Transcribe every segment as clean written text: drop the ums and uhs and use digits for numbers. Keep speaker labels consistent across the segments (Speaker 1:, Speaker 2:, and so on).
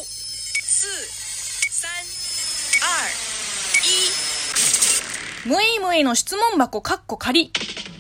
Speaker 1: 4、3、2、1。むいむいの質問箱かっこ仮。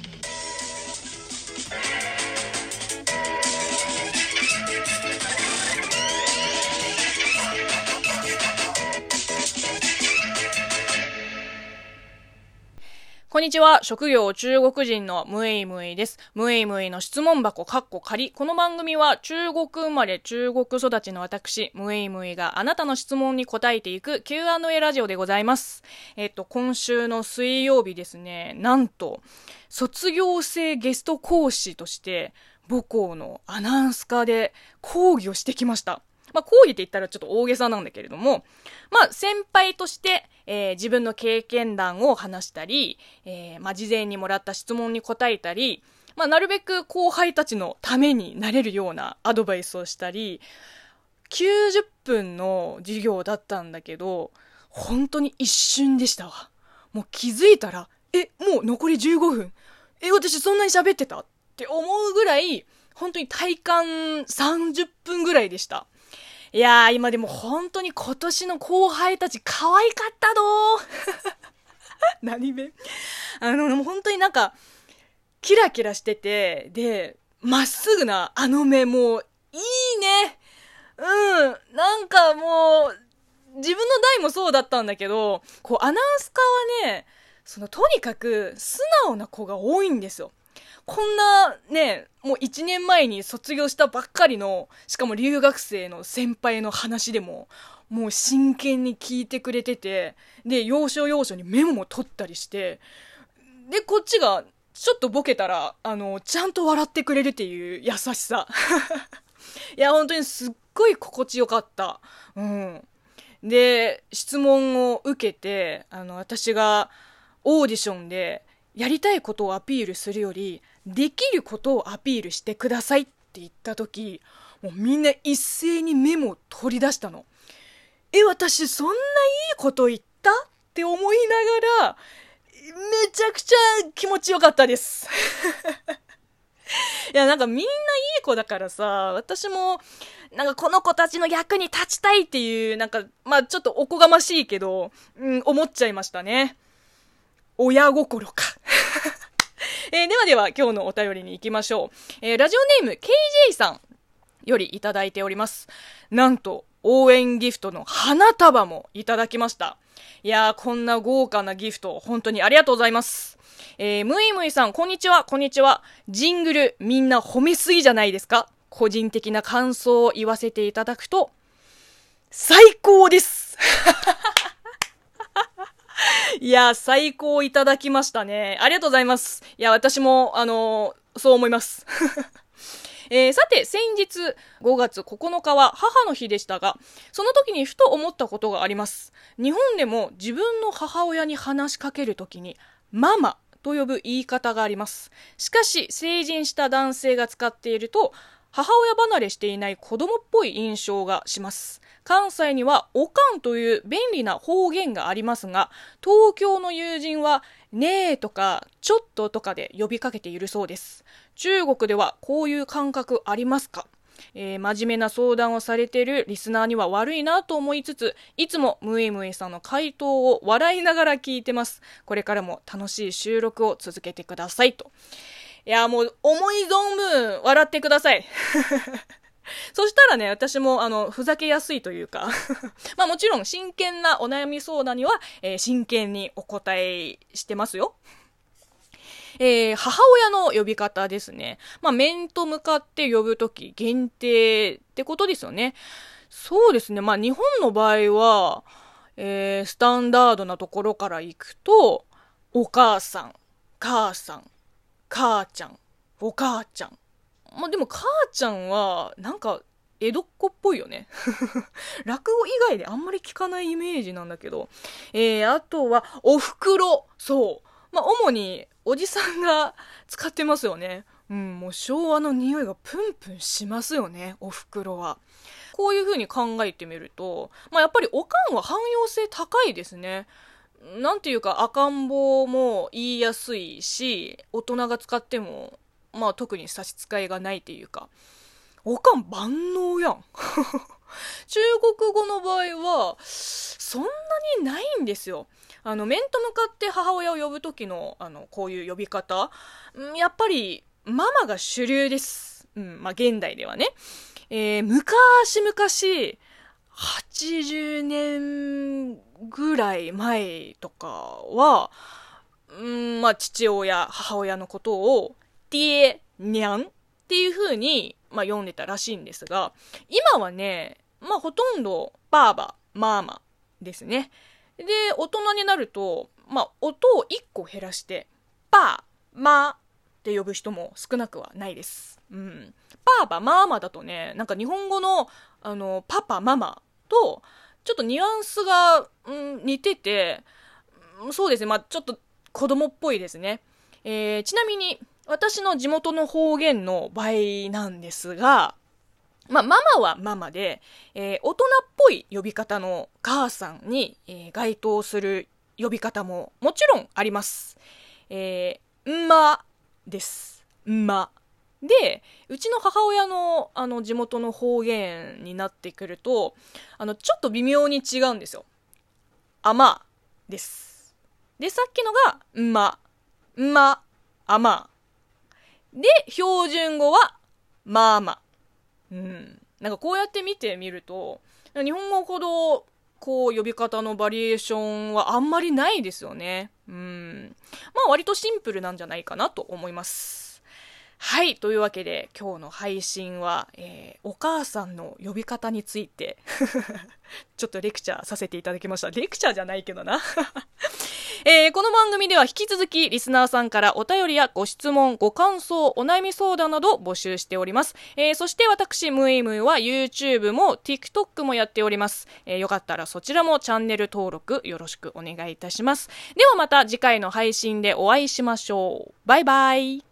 Speaker 1: こんにちは。職業中国人のムイムイです。ムイムイの質問箱かっこ仮。この番組は中国生まれ中国育ちの私、ムイムイがあなたの質問に答えていく Q&A ラジオでございます。今週の水曜日ですね、なんと卒業生ゲスト講師として母校のアナウンス科で講義をしてきました。講義って言ったらちょっと大げさなんだけれども、先輩として、自分の経験談を話したり、事前にもらった質問に答えたり、なるべく後輩たちのためになれるようなアドバイスをしたり、90分の授業だったんだけど、本当に一瞬でしたわ。もう気づいたら、もう残り15分。私そんなに喋ってたって思うぐらい、本当に体感30分ぐらいでした。いやー、今でも本当に今年の後輩たち可愛かったどー何べ本当になんかキラキラしてて、でまっすぐなあの目、もういいね。なんかもう自分の代もそうだったんだけど、こうアナウンス科はね、とにかく素直な子が多いんですよ。こんなね、もう1年前に卒業したばっかりの、しかも留学生の先輩の話でも、もう真剣に聞いてくれてて、で、要所要所にメモも取ったりして、で、こっちがちょっとボケたら、ちゃんと笑ってくれるっていう優しさ。いや、本当にすっごい心地よかった。で、質問を受けて、私がオーディションで、やりたいことをアピールするよりできることをアピールしてくださいって言った時、もうみんな一斉にメモを取り出したの。私そんないいこと言ったって思いながら、めちゃくちゃ気持ちよかったです。いや、なんかみんないい子だからさ、私もなんかこの子たちの役に立ちたいっていう、なんかちょっとおこがましいけど、思っちゃいましたね。親心か。では今日のお便りに行きましょう。ラジオネーム KJ さんよりいただいております。なんと応援ギフトの花束もいただきました。いやー、こんな豪華なギフト本当にありがとうございます。むいむいさん、こんにちは。こんにちは。ジングルみんな褒めすぎじゃないですか。個人的な感想を言わせていただくと、最高です。いや、最高いただきましたね。ありがとうございます。いや、私も、そう思います。さて、先日5月9日は母の日でしたが、その時にふと思ったことがあります。日本でも自分の母親に話しかける時に、ママと呼ぶ言い方があります。しかし、成人した男性が使っていると、母親離れしていない子供っぽい印象がします。関西にはおかんという便利な方言がありますが、東京の友人はねえとかちょっととかで呼びかけているそうです。中国ではこういう感覚ありますか？真面目な相談をされているリスナーには悪いなと思いつつ、いつもムイムイさんの回答を笑いながら聞いてます。これからも楽しい収録を続けてくださいと。いや、もう思い存分笑ってください。そしたらね、私もふざけやすいというかもちろん真剣なお悩み相談には、真剣にお答えしてますよ。母親の呼び方ですね。面と向かって呼ぶとき限定ってことですよね。そうですね。日本の場合は、スタンダードなところから行くと、お母さん、母さん、母ちゃん、お母ちゃん。でも母ちゃんはなんか江戸っ子っぽいよね。落語以外であんまり聞かないイメージなんだけど、あとはお袋。そう。主におじさんが使ってますよね。もう昭和の匂いがプンプンしますよね、お袋は。こういう風に考えてみると、やっぱりおかんは汎用性高いですね。なんていうか赤ん坊も言いやすいし、大人が使っても特に差し支えがないっていうか、おかん万能やん。 中国語の場合はそんなにないんですよ。面と向かって母親を呼ぶ時のこういう呼び方、やっぱりママが主流です。現代ではね。昔々80年ぐらい前とかは、父親母親のことをティエニャンっていう風に読んでたらしいんですが、今はね、ほとんどバーバマーマですね。で、大人になると、音を1個減らして、パー、マーって呼ぶ人も少なくはないです。パーパ、マーマだとね、なんか日本語の、パパ、ママと、ちょっとニュアンスが、似てて、そうですね、ちょっと子供っぽいですね。ちなみに、私の地元の方言の場合なんですが、ママはママで、大人っぽい呼び方の母さんに、該当する呼び方ももちろんあります。んまです。んま。で、うちの母親の地元の方言になってくると、ちょっと微妙に違うんですよ。あまです。で、さっきのがんま、あま。で、標準語はまあま。なんかこうやって見てみると、日本語ほどこう呼び方のバリエーションはあんまりないですよね。割とシンプルなんじゃないかなと思います。はい、というわけで今日の配信は、お母さんの呼び方についてちょっとレクチャーさせていただきました。レクチャーじゃないけどなこの番組では引き続きリスナーさんからお便りやご質問、ご感想、お悩み相談など募集しております。そして私、ムイムイは YouTube も TikTok もやっております。よかったらそちらもチャンネル登録よろしくお願いいたします。ではまた次回の配信でお会いしましょう。バイバイ。